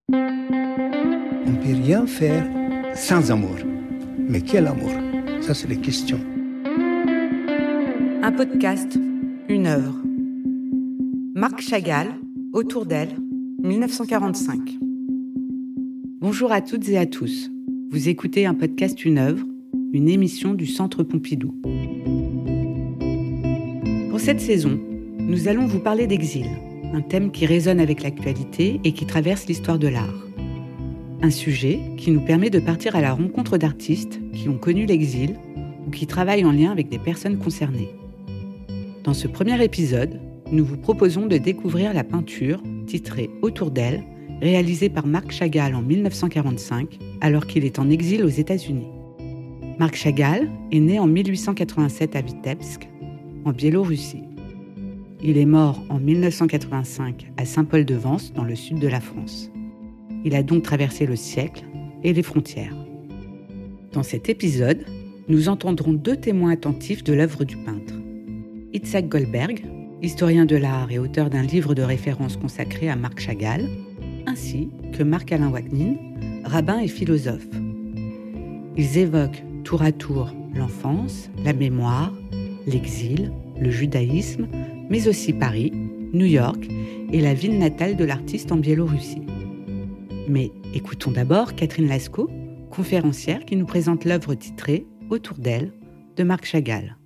On ne peut rien faire sans amour. Mais quel amour? Ça, c'est la question. Un podcast, une œuvre. Marc Chagall, Autour d'elle, 1945. Bonjour à toutes et à tous. Vous écoutez un podcast, une œuvre, une émission du Centre Pompidou. Pour cette saison, nous allons vous parler d'exil, un thème qui résonne avec l'actualité et qui traverse l'histoire de l'art. Un sujet qui nous permet de partir à la rencontre d'artistes qui ont connu l'exil ou qui travaillent en lien avec des personnes concernées. Dans ce premier épisode, nous vous proposons de découvrir la peinture titrée Autour d'elle, réalisée par Marc Chagall en 1945, alors qu'il est en exil aux États-Unis. Marc Chagall est né en 1887 à Vitebsk, en Biélorussie. Il est mort en 1985 à Saint-Paul-de-Vence, dans le sud de la France. Il a donc traversé le siècle et les frontières. Dans cet épisode, nous entendrons deux témoins attentifs de l'œuvre du peintre. Itzhak Goldberg, historien de l'art et auteur d'un livre de référence consacré à Marc Chagall, ainsi que Marc-Alain Wagnin, rabbin et philosophe. Ils évoquent tour à tour l'enfance, la mémoire, l'exil, le judaïsme, mais aussi Paris, New York et la ville natale de l'artiste en Biélorussie. Mais écoutons d'abord Catherine Lascaux, conférencière qui nous présente l'œuvre titrée Autour d'elle de Marc Chagall.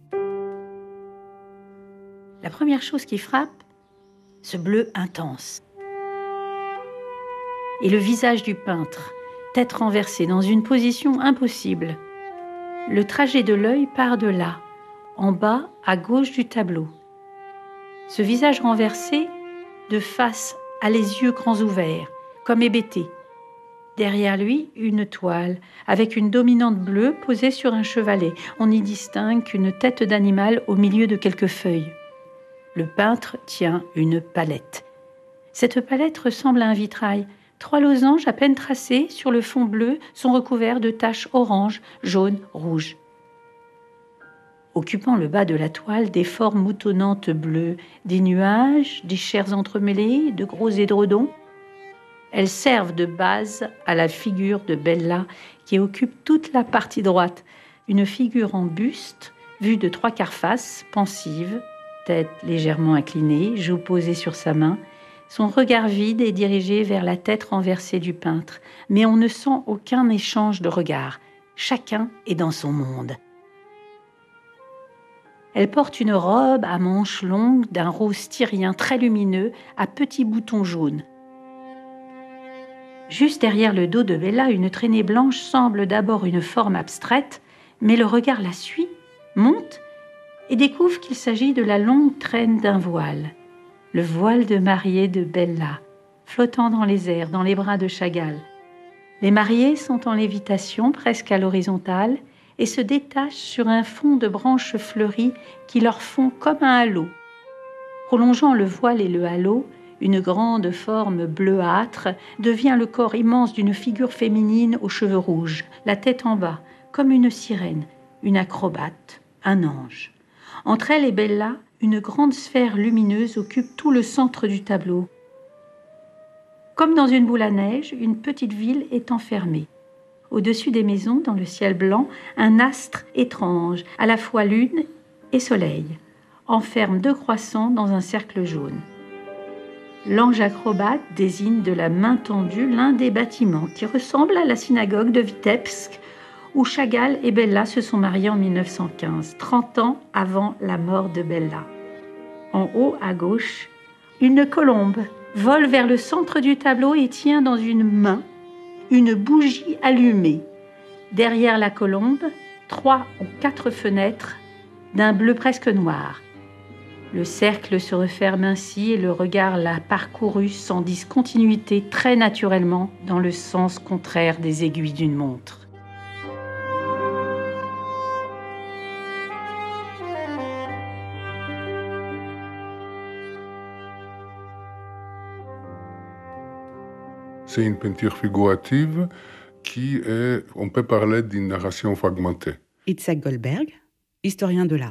La première chose qui frappe, ce bleu intense. Et le visage du peintre, tête renversée dans une position impossible. Le trajet de l'œil part de là, en bas à gauche du tableau. Ce visage renversé, de face, a les yeux grands ouverts, comme hébété. Derrière lui, une toile, avec une dominante bleue posée sur un chevalet. On y distingue une tête d'animal au milieu de quelques feuilles. Le peintre tient une palette. Cette palette ressemble à un vitrail. 3 losanges à peine tracés sur le fond bleu sont recouverts de taches orange, jaune, rouge. Occupant le bas de la toile, des formes moutonnantes bleues, des nuages, des chairs entremêlées, de gros édredons. Elles servent de base à la figure de Bella qui occupe toute la partie droite. Une figure en buste, vue de 3/4 face, pensive, tête légèrement inclinée, joue posée sur sa main. Son regard vide est dirigé vers la tête renversée du peintre. Mais on ne sent aucun échange de regard. Chacun est dans son monde. Elle porte une robe à manches longues d'un rose tyrien très lumineux à petits boutons jaunes. Juste derrière le dos de Bella, une traînée blanche semble d'abord une forme abstraite, mais le regard la suit, monte et découvre qu'il s'agit de la longue traîne d'un voile. Le voile de mariée de Bella, flottant dans les airs, dans les bras de Chagall. Les mariés sont en lévitation, presque à l'horizontale, et se détachent sur un fond de branches fleuries qui leur font comme un halo. Prolongeant le voile et le halo, une grande forme bleuâtre devient le corps immense d'une figure féminine aux cheveux rouges, la tête en bas, comme une sirène, une acrobate, un ange. Entre elle et Bella, une grande sphère lumineuse occupe tout le centre du tableau. Comme dans une boule à neige, une petite ville est enfermée. Au-dessus des maisons, dans le ciel blanc, un astre étrange, à la fois lune et soleil, enferme 2 croissants dans un cercle jaune. L'ange acrobate désigne de la main tendue l'un des bâtiments qui ressemble à la synagogue de Vitebsk, où Chagall et Bella se sont mariés en 1915, 30 ans avant la mort de Bella. En haut, à gauche, une colombe vole vers le centre du tableau et tient dans une main une bougie allumée. Derrière la colombe, 3 ou 4 fenêtres d'un bleu presque noir. Le cercle se referme ainsi et le regard l'a parcouru sans discontinuité très naturellement dans le sens contraire des aiguilles d'une montre. C'est une peinture figurative qui est, on peut parler d'une narration fragmentée. Itzhak Goldberg, historien de l'art.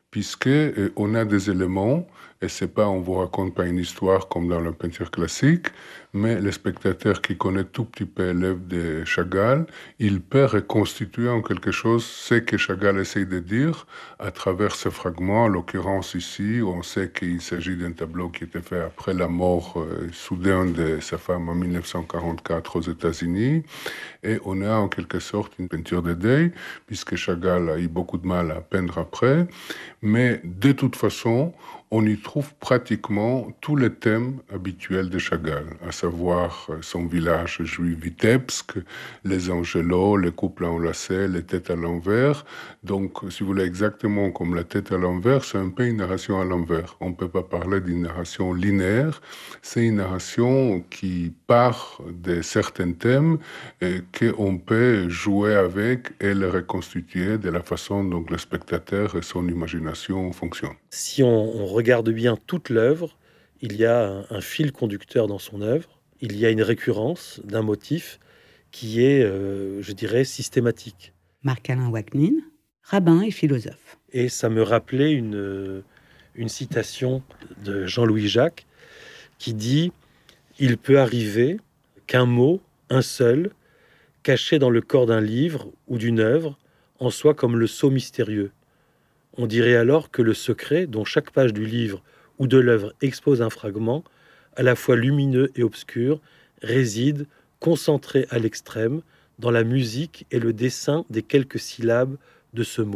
puisqu'on a des éléments, et c'est pas, on vous raconte pas une histoire comme dans la peinture classique, mais le spectateur qui connaît tout petit peu l'œuvre de Chagall, il peut reconstituer en quelque chose ce que Chagall essaye de dire à travers ce fragment. En l'occurrence ici, on sait qu'il s'agit d'un tableau qui était fait après la mort soudaine de sa femme en 1944 aux États-Unis, et on a en quelque sorte une peinture de deuil, puisque Chagall a eu beaucoup de mal à peindre après, mais de toute façon, on y trouve pratiquement tous les thèmes habituels de Chagall, à savoir son village juif Vitebsk, les angelots, les couples enlacés, les têtes à l'envers. Donc, si vous voulez, exactement comme la tête à l'envers, c'est un peu une narration à l'envers. On ne peut pas parler d'une narration linéaire, c'est une narration qui part de certains thèmes qu'on peut jouer avec et les reconstituer de la façon dont le spectateur et son imagination fonctionnent. Si on regarde bien toute l'œuvre, il y a un fil conducteur dans son œuvre, il y a une récurrence d'un motif qui est, je dirais, systématique. Marc-Alain Waknin, rabbin et philosophe. Et ça me rappelait une citation de Jean-Louis Jacques qui dit « Il peut arriver qu'un mot, un seul, caché dans le corps d'un livre ou d'une œuvre, en soit comme le sceau mystérieux. On dirait alors que le secret, dont chaque page du livre ou de l'œuvre expose un fragment, à la fois lumineux et obscur, réside, concentré à l'extrême, dans la musique et le dessin des quelques syllabes de ce mot. »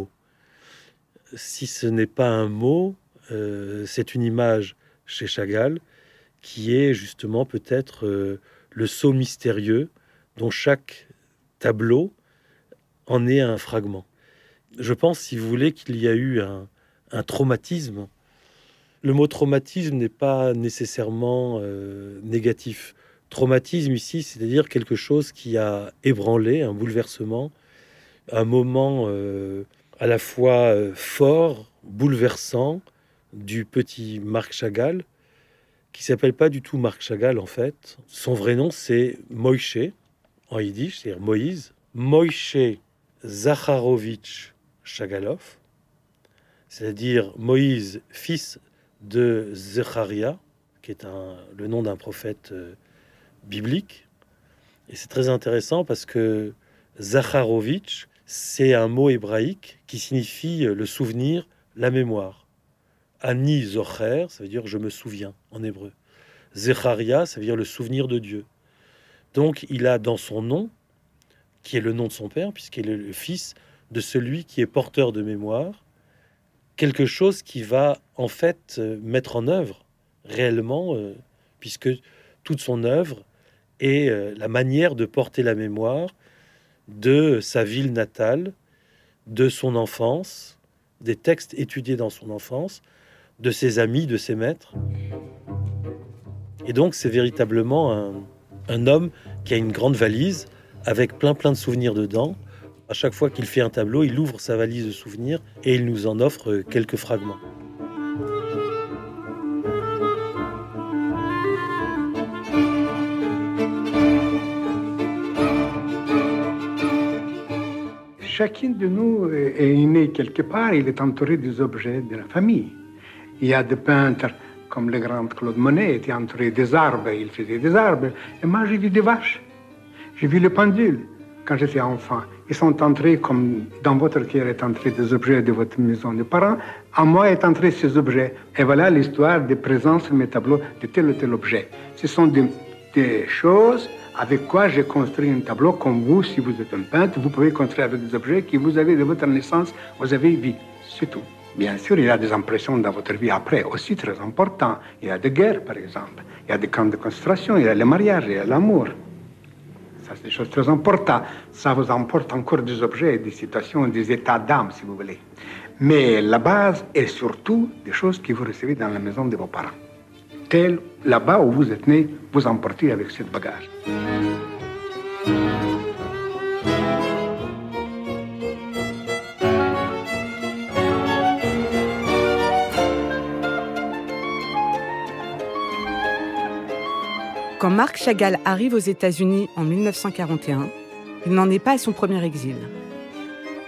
Si ce n'est pas un mot, c'est une image chez Chagall qui est justement peut-être le sceau mystérieux dont chaque tableau en est un fragment. Je pense, si vous voulez, qu'il y a eu un traumatisme. Le mot traumatisme n'est pas nécessairement négatif. Traumatisme ici, c'est-à-dire quelque chose qui a ébranlé, un bouleversement, un moment à la fois fort, bouleversant du petit Marc Chagall, qui s'appelle pas du tout Marc Chagall en fait. Son vrai nom c'est Moïse, en yiddish, c'est-à-dire Moïse. Moïse Zacharovitch Chagallov, c'est-à-dire Moïse, fils de Zecharia, qui est le nom d'un prophète biblique. Et c'est très intéressant parce que Zacharovitch, c'est un mot hébraïque qui signifie le souvenir, la mémoire. Ani Zocher, ça veut dire je me souviens en hébreu. Zecharia, ça veut dire le souvenir de Dieu. Donc il a dans son nom, qui est le nom de son père, puisqu'il est le fils de celui qui est porteur de mémoire, quelque chose qui va en fait mettre en œuvre réellement, puisque toute son œuvre est la manière de porter la mémoire de sa ville natale, de son enfance, des textes étudiés dans son enfance, de ses amis, de ses maîtres. Et donc c'est véritablement un homme qui a une grande valise avec plein de souvenirs dedans. À chaque fois qu'il fait un tableau, il ouvre sa valise de souvenirs et il nous en offre quelques fragments. Chacun de nous est né quelque part, il est entouré des objets de la famille. Il y a des peintres comme le grand Claude Monet était entouré des arbres, il faisait des arbres. Et moi, j'ai vu des vaches, j'ai vu le pendule quand j'étais enfant. Ils sont entrés comme dans votre cœur est entré des objets de votre maison de parents, en moi est entré ces objets. Et voilà l'histoire des présences sur mes tableaux de tel ou tel objet. Ce sont des choses avec quoi j'ai construit un tableau comme vous, si vous êtes un peintre, vous pouvez construire avec des objets que vous avez de votre naissance, vous avez vu, c'est tout. Bien sûr, il y a des impressions dans votre vie après, aussi très importantes. Il y a des guerres, par exemple. Il y a des camps de concentration, il y a le mariage, il y a l'amour. Ça, c'est des choses très importantes. Ça vous emporte encore des objets, des situations, des états d'âme, si vous voulez. Mais la base est surtout des choses que vous recevez dans la maison de vos parents. Tel, là-bas où vous êtes né, vous emportez avec cette bagage. Quand Marc Chagall arrive aux États-Unis en 1941, il n'en est pas à son premier exil.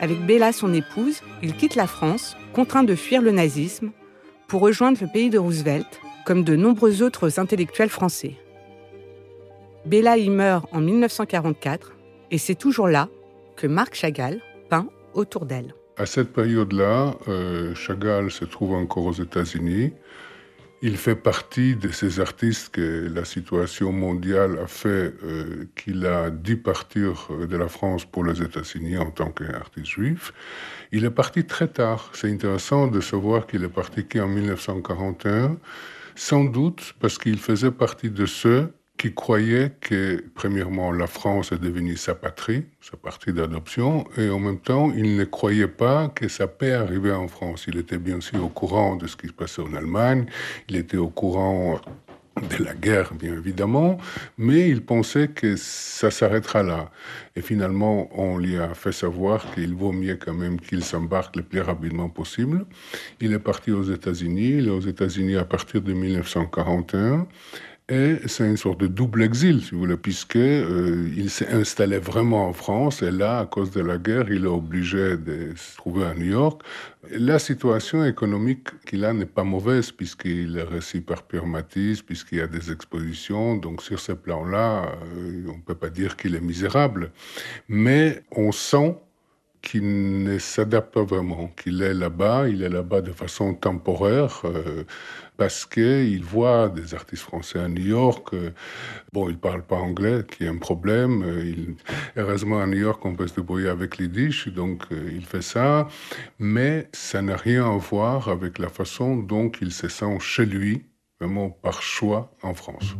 avec Béla, son épouse, il quitte la France, contraint de fuir le nazisme, pour rejoindre le pays de Roosevelt, comme de nombreux autres intellectuels français. Béla y meurt en 1944, et c'est toujours là que Marc Chagall peint autour d'elle. À cette période-là, Chagall se trouve encore aux États-Unis. Il fait partie de ces artistes que la situation mondiale a fait qu'il a dû partir de la France pour les États-Unis en tant qu'artiste juif. Il est parti très tard. C'est intéressant de savoir qu'il est parti qu'en 1941, sans doute parce qu'il faisait partie de ceux qui croyait que, premièrement, la France est devenue sa patrie d'adoption, et en même temps, il ne croyait pas que ça peut arriver en France. Il était bien sûr au courant de ce qui se passait en Allemagne, il était au courant de la guerre, bien évidemment, mais il pensait que ça s'arrêtera là. Et finalement, on lui a fait savoir qu'il vaut mieux quand même qu'il s'embarque le plus rapidement possible. Il est parti aux États-Unis, il est aux États-Unis à partir de 1941, et c'est une sorte de double exil, si vous voulez, puisqu'il s'est installé vraiment en France, et là, à cause de la guerre, il est obligé de se trouver à New York. La situation économique qu'il a n'est pas mauvaise, puisqu'il est reçu par Pierre Matisse, puisqu'il y a des expositions, donc sur ce plan-là, on ne peut pas dire qu'il est misérable. Mais on sent qu'il ne s'adapte pas vraiment, qu'il est là-bas, il est là-bas de façon temporaire, parce qu'il voit des artistes français à New York. Bon, il ne parle pas anglais, qui est un problème. Heureusement, à New York, on peut se débrouiller avec l'yiddish, donc il fait ça. Mais ça n'a rien à voir avec la façon dont il se sent chez lui, vraiment par choix, en France.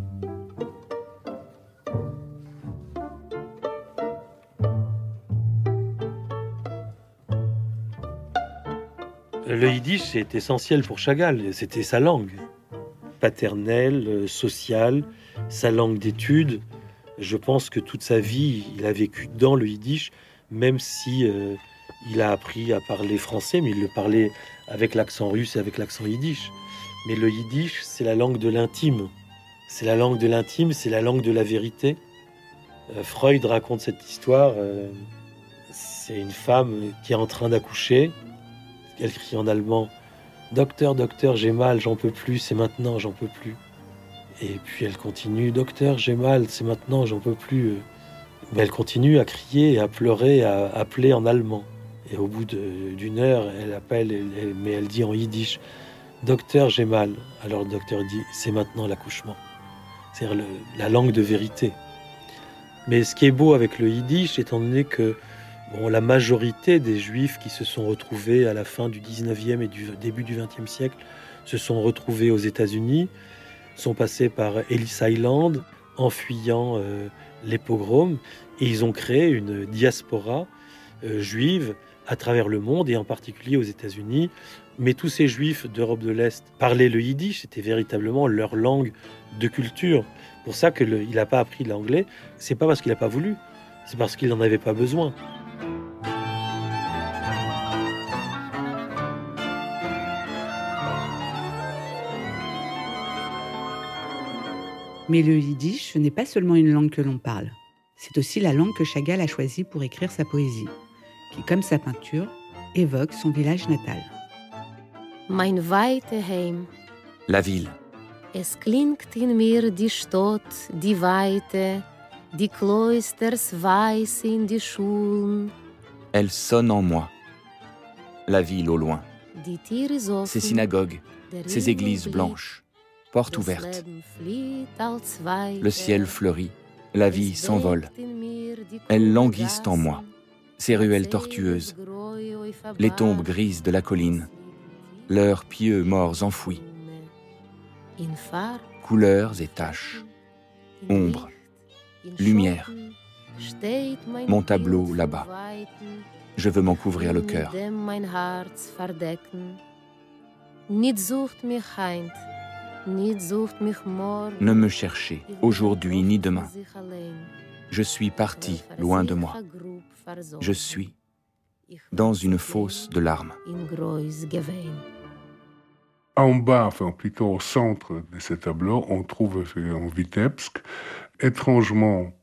Le yiddish, c'est essentiel pour Chagall. C'était sa langue paternelle, sociale, sa langue d'études. Je pense que toute sa vie, il a vécu dans le yiddish, même si il a appris à parler français, mais il le parlait avec l'accent russe et avec l'accent yiddish. Mais le yiddish, c'est la langue de l'intime. C'est la langue de l'intime, c'est la langue de la vérité. Freud raconte cette histoire. C'est une femme qui est en train d'accoucher. Elle crie en allemand « Docteur, docteur, j'ai mal, j'en peux plus, c'est maintenant, j'en peux plus. » Et puis elle continue « Docteur, j'ai mal, c'est maintenant, j'en peux plus. » Mais elle continue à crier et à pleurer, à appeler en allemand. Et au bout d'une heure, elle appelle, mais elle dit en yiddish « Docteur, j'ai mal. » Alors le docteur dit « C'est maintenant l'accouchement. » C'est-à-dire la langue de vérité. Mais ce qui est beau avec le yiddish, étant donné que la majorité des Juifs qui se sont retrouvés à la fin du 19e et du début du 20e siècle se sont retrouvés aux États-Unis, sont passés par Ellis Island en fuyant les pogroms, et ils ont créé une diaspora juive à travers le monde, et en particulier aux États-Unis. Mais tous ces Juifs d'Europe de l'Est parlaient le yiddish, c'était véritablement leur langue de culture. Pour ça qu'il n'a pas appris l'anglais, c'est pas parce qu'il n'a pas voulu, c'est parce qu'il n'en avait pas besoin. Mais le yiddish, ce n'est pas seulement une langue que l'on parle. C'est aussi la langue que Chagall a choisie pour écrire sa poésie, qui, comme sa peinture, évoque son village natal. Mein weite Heim. La ville. Es klingt in mir die Stadt, die Weite, die Kloisters weiß in die Schulen. Elle sonne en moi. La ville au loin. Die Tiere offen, Ses synagogues, der ses Regen églises blüht, blanches, portes das ouvertes. Leben flieht als Weite. Le ciel fleurit, la vie Es s'envole. weckt in mir die Elles grüne languissent en Gassen, moi, ces ruelles tortueuses, les tombes grises de la colline, leurs pieux morts enfouis, In Farb, couleurs et taches, in ombre, Licht, in lumière. Schatten, steht mein Mon tableau Bild là-bas. zu weiten, Je veux m'en couvrir le cœur. mit dem mein Herz verdecken. Nicht sucht mich heint, nicht sucht mich morgen. Ne me cherchez, aujourd'hui ni demain. Sich allein. Je suis parti loin de moi. Je suis dans une fosse de larmes. In Groß Gewein. En bas, enfin plutôt au centre de ce tableau, on trouve en Vitebsk, étrangement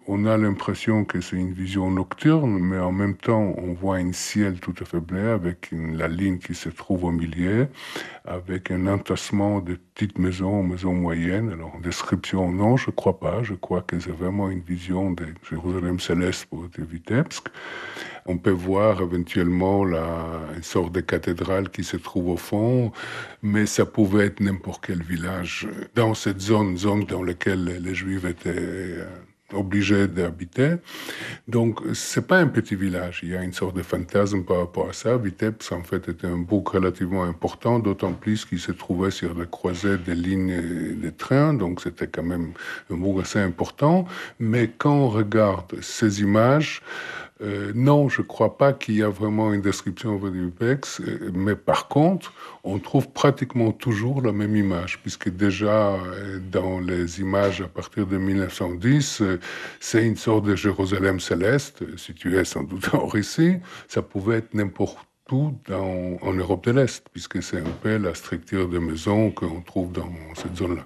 On a l'impression que c'est une vision nocturne, mais en même temps, on voit un ciel tout à fait bleu avec la ligne qui se trouve au milieu, avec un entassement de petites maisons moyennes. Alors, description, non, je crois pas. Je crois que c'est vraiment une vision de Jérusalem céleste pour de Vitebsk. On peut voir éventuellement une sorte de cathédrale qui se trouve au fond, mais ça pouvait être n'importe quel village dans cette zone dans laquelle les Juifs étaient obligés d'habiter. Donc, c'est pas un petit village. Il y a une sorte de fantasme par rapport à ça. Vitebsk, en fait, était un bourg relativement important, d'autant plus qu'il se trouvait sur la croisée des lignes de train. Donc, c'était quand même un bourg assez important. Mais quand on regarde ces images, non, je ne crois pas qu'il y a vraiment une description de Vitebsk, mais par contre, on trouve pratiquement toujours la même image, puisque déjà dans les images à partir de 1910, c'est une sorte de Jérusalem céleste, située sans doute en Russie. Ça pouvait être n'importe où en Europe de l'Est, puisque c'est un peu la structure de maisons qu'on trouve dans cette zone-là.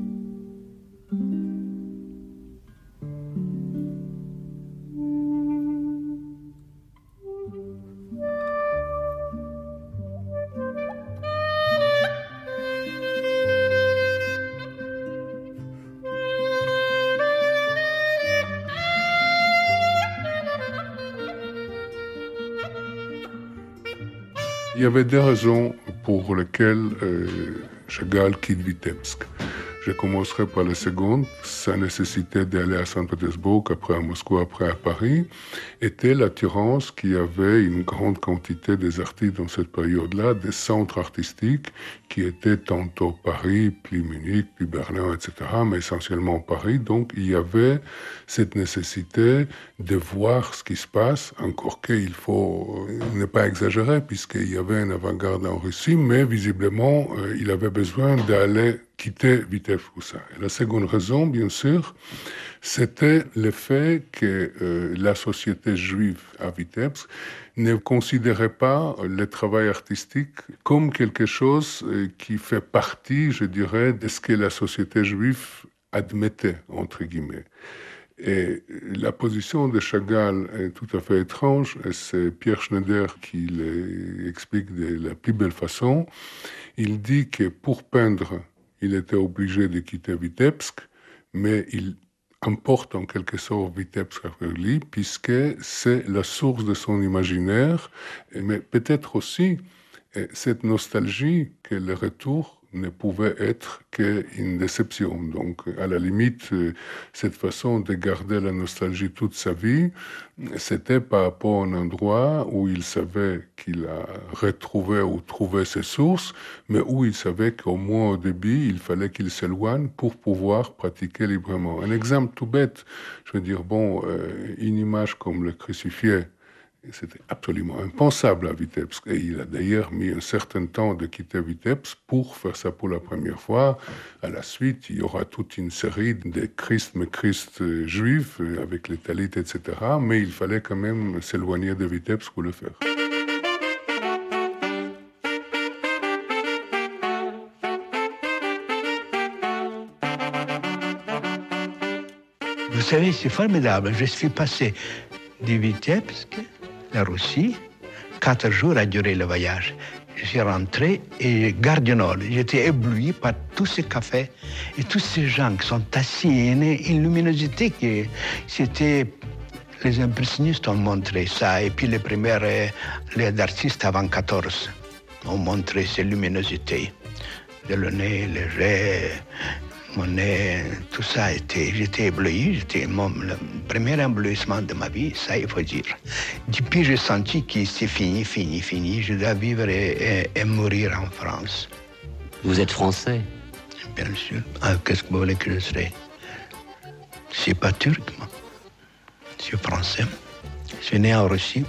Il y avait deux raisons pour lesquelles Chagall quitte Vitebsk. Je commencerai par la seconde. Sa nécessité d'aller à Saint-Pétersbourg, après à Moscou, après à Paris, était l'attirance qu'il y avait une grande quantité des artistes dans cette période-là, des centres artistiques qui étaient tantôt Paris, puis Munich, puis Berlin, etc., mais essentiellement Paris. Donc il y avait cette nécessité de voir ce qui se passe, encore qu'il faut ne pas exagérer, puisqu'il y avait une avant-garde en Russie, mais visiblement, il avait besoin d'aller quitter Vitebsk pour ça. Et la seconde raison, bien sûr, c'était le fait que la société juive à Vitebsk ne considérait pas le travail artistique comme quelque chose qui fait partie, je dirais, de ce que la société juive admettait, entre guillemets. Et la position de Chagall est tout à fait étrange, et c'est Pierre Schneider qui l'explique de la plus belle façon. Il dit que pour peindre, il était obligé de quitter Vitebsk, mais il emporte en quelque sorte Vitebsk avec lui, puisque c'est la source de son imaginaire, mais peut-être aussi cette nostalgie que le retour ne pouvait être qu'une déception. Donc, à la limite, cette façon de garder la nostalgie toute sa vie, c'était par rapport à un endroit où il savait qu'il a retrouvé ou trouvé ses sources, mais où il savait qu'au moins au début, il fallait qu'il s'éloigne pour pouvoir pratiquer librement. Un exemple tout bête, je veux dire, une image comme le crucifié, c'était absolument impensable à Vitebsk. Et il a d'ailleurs mis un certain temps de quitter Vitebsk pour faire ça pour la première fois. À la suite, il y aura toute une série de Christ juifs avec les talits, etc. Mais il fallait quand même s'éloigner de Vitebsk pour le faire. Vous savez, c'est formidable. Je suis passé de Vitebsk, la Russie, 4 jours a duré le voyage. Je suis rentré et gare du Nord. J'étais ébloui par tous ces cafés et tous ces gens qui sont assis. Une luminosité qui c'était... Les impressionnistes ont montré ça. Et puis les premiers les artistes avant 14 ont montré ces luminosités. Le nez, les jets, mon nez, tout ça j'étais ébloui. Le premier éblouissement de ma vie, ça il faut dire. Depuis j'ai senti que c'est fini. Je dois vivre et mourir en France. Vous êtes français? Bien sûr. Qu'est-ce que vous voulez que je serais? Je suis pas turc, moi. Je suis français. Je suis né en Russie.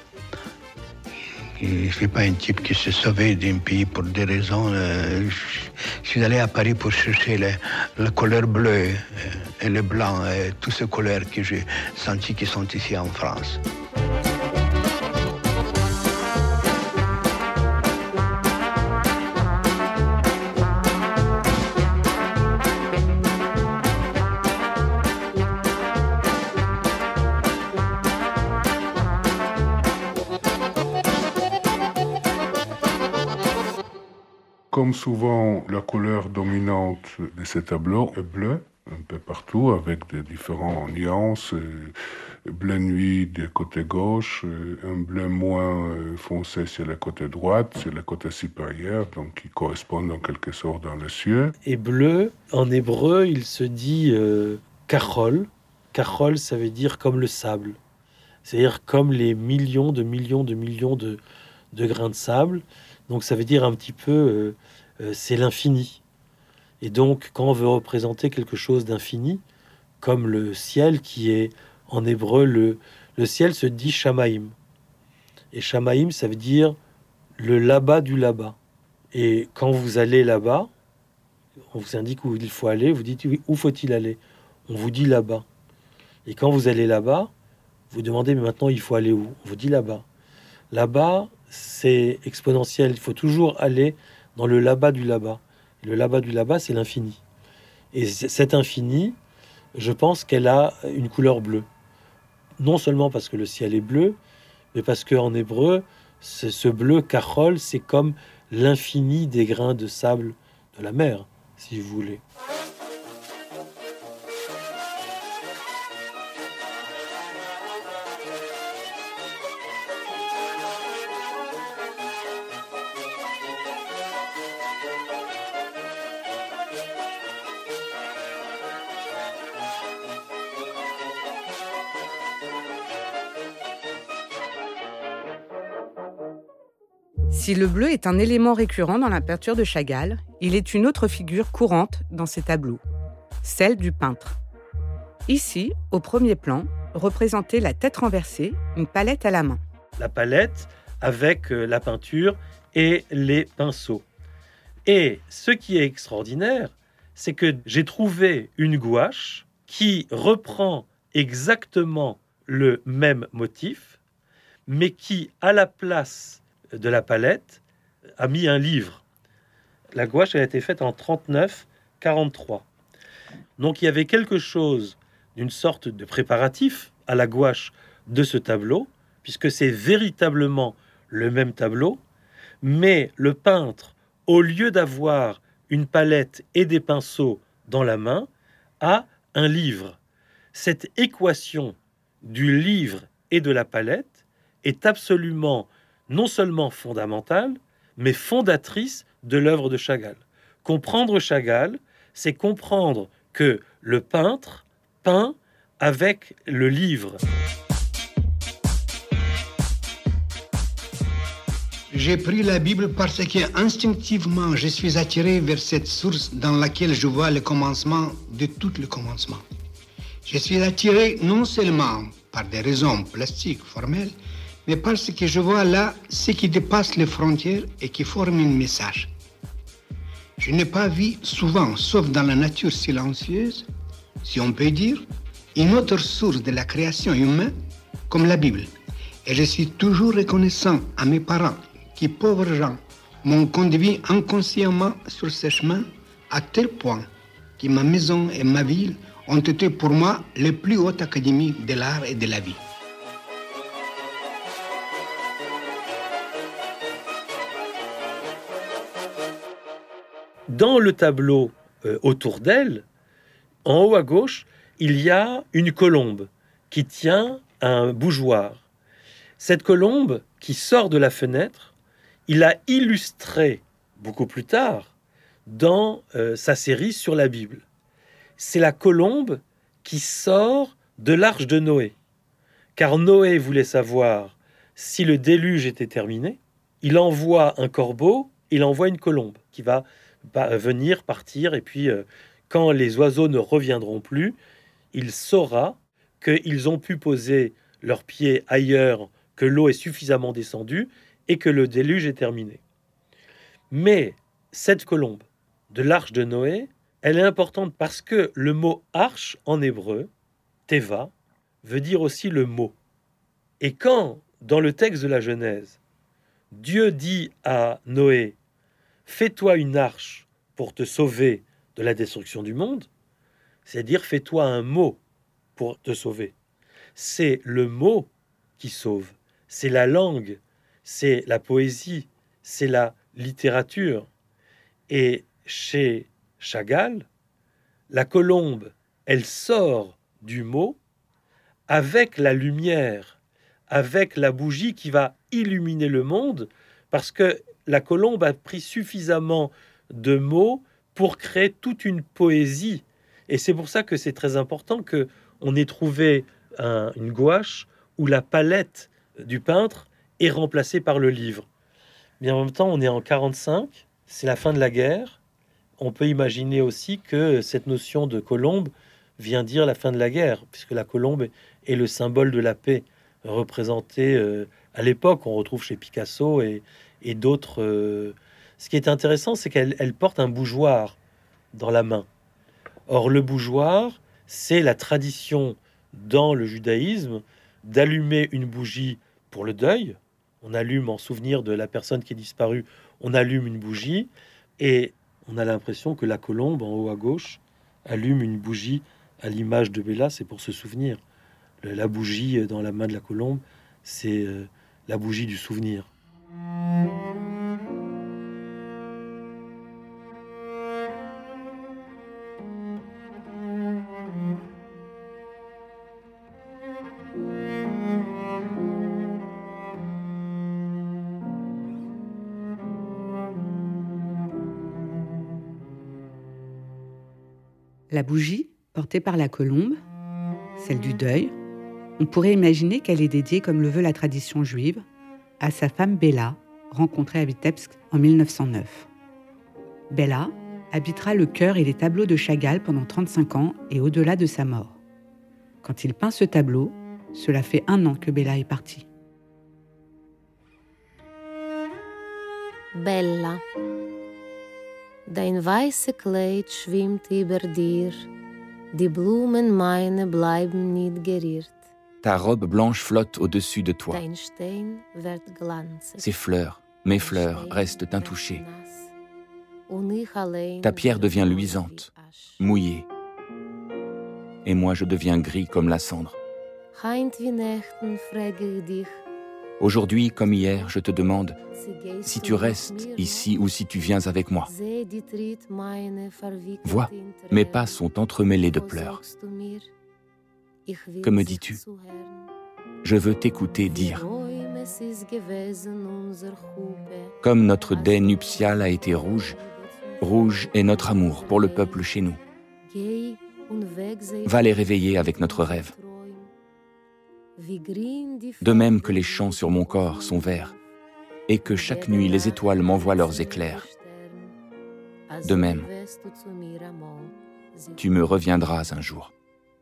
Je ne suis pas un type qui s'est sauvé d'un pays pour des raisons. Je suis allé à Paris pour chercher la couleur bleue et le blanc, et toutes ces couleurs que j'ai senties qui sont ici en France. Comme souvent, la couleur dominante de ces tableaux est bleue, un peu partout, avec des différentes nuances. Bleu nuit du côté gauche, un bleu moins foncé sur le côté droit, sur le côté supérieur, donc qui correspondent en quelque sorte dans le ciel. Et bleu, en hébreu, il se dit kachol. Kachol, ça veut dire comme le sable. C'est-à-dire comme les millions de grains de sable. Donc ça veut dire un petit peu, c'est l'infini. Et donc, quand on veut représenter quelque chose d'infini, comme le ciel qui est en hébreu, le ciel se dit Shamaïm. Et Shamaïm, ça veut dire le là-bas du là-bas. Et quand vous allez là-bas, on vous indique où il faut aller, vous dites oui, où faut-il aller? On vous dit là-bas. Et quand vous allez là-bas, vous demandez mais maintenant il faut aller où? On vous dit là-bas. Là-bas, c'est exponentiel. Il faut toujours aller dans le là-bas du là-bas. Le là-bas du là-bas, c'est l'infini. Et cet infini, je pense qu'elle a une couleur bleue. Non seulement parce que le ciel est bleu, mais parce qu'en hébreu, ce bleu kachol, c'est comme l'infini des grains de sable de la mer, si vous voulez. Si le bleu est un élément récurrent dans la peinture de Chagall, il est une autre figure courante dans ses tableaux, celle du peintre. Ici, au premier plan, représentée la tête renversée, une palette à la main. La palette avec la peinture et les pinceaux. Et ce qui est extraordinaire, c'est que j'ai trouvé une gouache qui reprend exactement le même motif, mais qui, à la place de la palette, a mis un livre. La gouache, elle a été faite en 39-43. Donc il y avait quelque chose d'une sorte de préparatif à la gouache de ce tableau, puisque c'est véritablement le même tableau, mais le peintre, au lieu d'avoir une palette et des pinceaux dans la main, a un livre. Cette équation du livre et de la palette est absolument non seulement fondamentale, mais fondatrice de l'œuvre de Chagall. Comprendre Chagall, c'est comprendre que le peintre peint avec le livre. J'ai pris la Bible parce que instinctivement je suis attiré vers cette source dans laquelle je vois le commencement de tout le commencement. Je suis attiré non seulement par des raisons plastiques, formelles, mais parce que je vois là ce qui dépasse les frontières et qui forme un message. Je n'ai pas vu souvent, sauf dans la nature silencieuse, si on peut dire, une autre source de la création humaine comme la Bible. Et je suis toujours reconnaissant à mes parents qui, pauvres gens, m'ont conduit inconsciemment sur ce chemin à tel point que ma maison et ma ville ont été pour moi les plus hautes académies de l'art et de la vie. Dans le tableau autour d'elle, en haut à gauche, il y a une colombe qui tient un bougeoir. Cette colombe qui sort de la fenêtre, il a illustré beaucoup plus tard dans sa série sur la Bible. C'est la colombe qui sort de l'arche de Noé. Car Noé voulait savoir si le déluge était terminé. Il envoie un corbeau, il envoie une colombe qui va venir, partir, et puis quand les oiseaux ne reviendront plus, il saura qu'ils ont pu poser leurs pieds ailleurs, que l'eau est suffisamment descendue et que le déluge est terminé. Mais cette colombe de l'arche de Noé, elle est importante parce que le mot arche en hébreu, teva, veut dire aussi le mot. Et quand, dans le texte de la Genèse, Dieu dit à Noé, fais-toi une arche pour te sauver de la destruction du monde, c'est-à-dire fais-toi un mot pour te sauver. C'est le mot qui sauve, c'est la langue, c'est la poésie, c'est la littérature. Et chez Chagall, la colombe, elle sort du mot avec la lumière, avec la bougie qui va illuminer le monde, parce que la colombe a pris suffisamment de mots pour créer toute une poésie. Et c'est pour ça que c'est très important qu'on ait trouvé une gouache où la palette du peintre est remplacée par le livre. Mais en même temps, on est en 1945, c'est la fin de la guerre. On peut imaginer aussi que cette notion de colombe vient dire la fin de la guerre, puisque la colombe est le symbole de la paix, représenté à l'époque. On retrouve chez Picasso et d'autres. Ce qui est intéressant, c'est qu'elle porte un bougeoir dans la main. Or, le bougeoir, c'est la tradition dans le judaïsme d'allumer une bougie pour le deuil. On allume en souvenir de la personne qui est disparue, on allume une bougie, et on a l'impression que la colombe, en haut à gauche, allume une bougie à l'image de Bella, c'est pour se souvenir. La bougie dans la main de la colombe, c'est la bougie du souvenir. La bougie, portée par la colombe, celle du deuil, on pourrait imaginer qu'elle est dédiée, comme le veut la tradition juive, à sa femme Bella, rencontrée à Vitebsk en 1909. Bella habitera le cœur et les tableaux de Chagall pendant 35 ans et au-delà de sa mort. Quand il peint ce tableau, cela fait 1 an que Bella est partie. Bella. Dein weiße Kleid schwimmt über dir, die Blumen meine bleiben nicht gerührt. Ta robe blanche flotte au-dessus de toi. Dein Stein wird glanzig. Ces fleurs, mes fleurs, restent intouchées. Und ich allein Ta pierre devient luisante, mouillée. Et moi, je deviens gris comme la cendre. Heint wie Nächten frage ich dich. Aujourd'hui, comme hier, je te demande si tu restes ici ou si tu viens avec moi. Vois, mes pas sont entremêlés de pleurs. Que me dis-tu? Je veux t'écouter dire. Comme notre dais nuptial a été rouge, rouge est notre amour pour le peuple chez nous. Va les réveiller avec notre rêve. De même que les champs sur mon corps sont verts, et que chaque nuit les étoiles m'envoient leurs éclairs. De même, tu me reviendras un jour.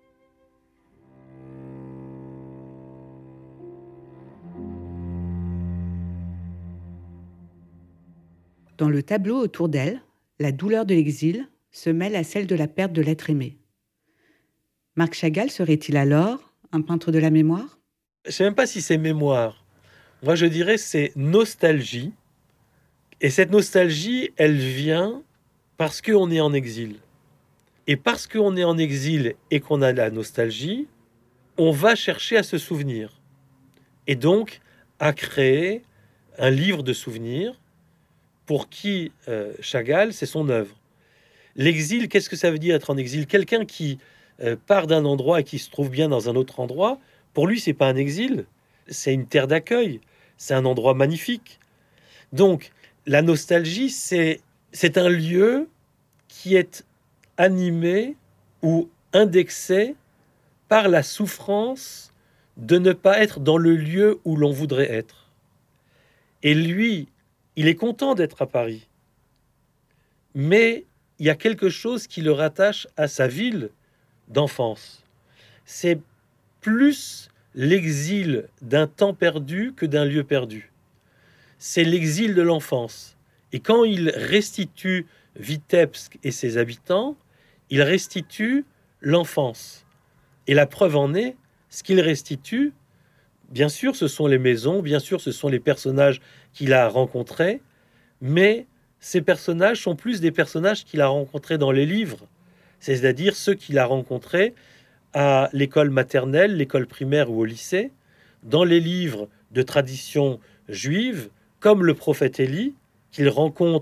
Dans le tableau autour d'elle, la douleur de l'exil se mêle à celle de la perte de l'être aimé. Marc Chagall serait-il alors un peintre de la mémoire? Je ne sais même pas si c'est mémoire. Moi, je dirais c'est nostalgie. Et cette nostalgie, elle vient parce qu'on est en exil. Et parce qu'on est en exil et qu'on a la nostalgie, on va chercher à se souvenir. Et donc, à créer un livre de souvenirs pour qui Chagall, c'est son œuvre. L'exil, qu'est-ce que ça veut dire être en exil? Quelqu'un qui part d'un endroit et qui se trouve bien dans un autre endroit, pour lui, c'est pas un exil, c'est une terre d'accueil, c'est un endroit magnifique. Donc, la nostalgie, c'est un lieu qui est animé ou indexé par la souffrance de ne pas être dans le lieu où l'on voudrait être. Et lui, il est content d'être à Paris, mais il y a quelque chose qui le rattache à sa ville d'enfance. C'est plus l'exil d'un temps perdu que d'un lieu perdu. C'est l'exil de l'enfance. Et quand il restitue Vitebsk et ses habitants, il restitue l'enfance. Et la preuve en est, ce qu'il restitue, bien sûr, ce sont les maisons, bien sûr, ce sont les personnages qu'il a rencontrés, mais ces personnages sont plus des personnages qu'il a rencontrés dans les livres, c'est-à-dire ceux qu'il a rencontrés à l'école maternelle, l'école primaire ou au lycée, dans les livres de tradition juive, comme le prophète Élie, qu'il rencontre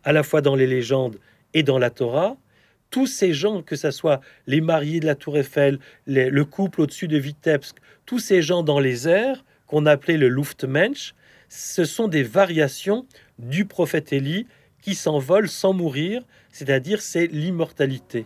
à la fois dans les légendes et dans la Torah. Tous ces gens, que ce soit les mariés de la Tour Eiffel, le couple au-dessus de Vitebsk, tous ces gens dans les airs, qu'on appelait le Luftmensch, ce sont des variations du prophète Élie qui s'envolent sans mourir, c'est-à-dire c'est l'immortalité.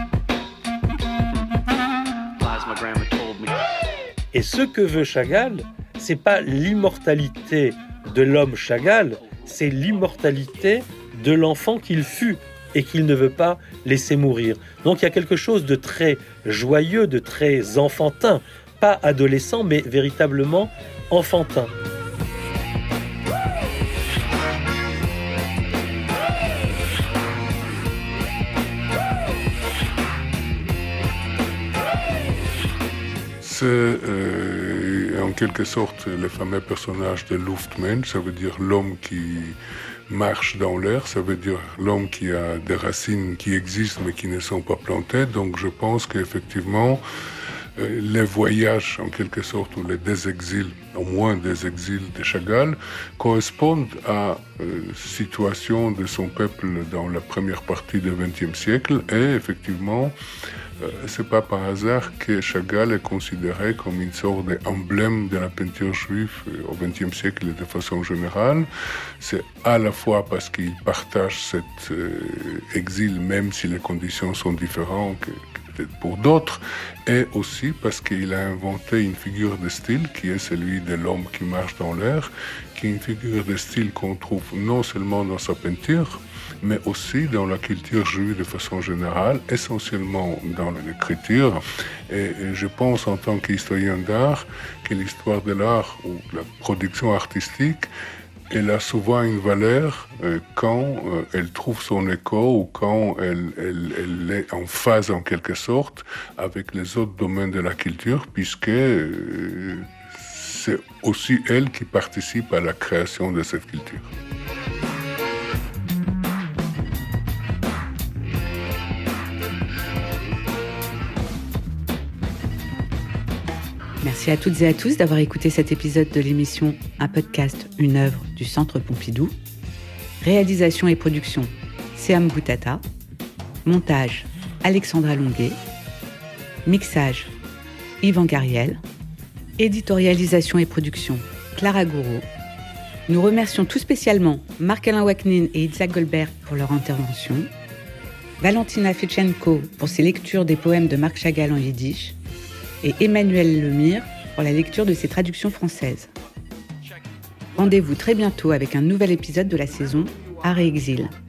Et ce que veut Chagall, c'est pas l'immortalité de l'homme Chagall, c'est l'immortalité de l'enfant qu'il fut et qu'il ne veut pas laisser mourir. Donc il y a quelque chose de très joyeux, de très enfantin, pas adolescent, mais véritablement enfantin. C'est en quelque sorte le fameux personnage de Luftmensch, ça veut dire l'homme qui marche dans l'air, ça veut dire l'homme qui a des racines qui existent mais qui ne sont pas plantées. Donc je pense qu'effectivement, les voyages en quelque sorte, ou les désexils, au moins des exils de Chagall, correspondent à la situation de son peuple dans la première partie du XXe siècle. Et effectivement, c'est pas par hasard que Chagall est considéré comme une sorte d'emblème de la peinture juive au XXe siècle de façon générale. C'est à la fois parce qu'il partage cet exil, même si les conditions sont différentes que peut-être pour d'autres, et aussi parce qu'il a inventé une figure de style qui est celui de l'homme qui marche dans l'air, qui est une figure de style qu'on trouve non seulement dans sa peinture, mais aussi dans la culture juive de façon générale, essentiellement dans l'écriture. Et je pense, en tant qu'historien d'art, que l'histoire de l'art ou la production artistique, elle a souvent une valeur quand elle trouve son écho ou quand elle est en phase, en quelque sorte, avec les autres domaines de la culture, puisque c'est aussi elle qui participe à la création de cette culture. Merci à toutes et à tous d'avoir écouté cet épisode de l'émission Un podcast, une œuvre du Centre Pompidou. Réalisation et production, Seam Boutata. Montage, Alexandra Longuet. Mixage, Yvan Gariel. Éditorialisation et production, Clara Gouraud. Nous remercions tout spécialement Marc-Alain Waknin et Itzhak Goldberg pour leur intervention, Valentina Fitchenko pour ses lectures des poèmes de Marc Chagall en yiddish, et Emmanuel Lemire pour la lecture de ses traductions françaises. Rendez-vous très bientôt avec un nouvel épisode de la saison Art et Exil.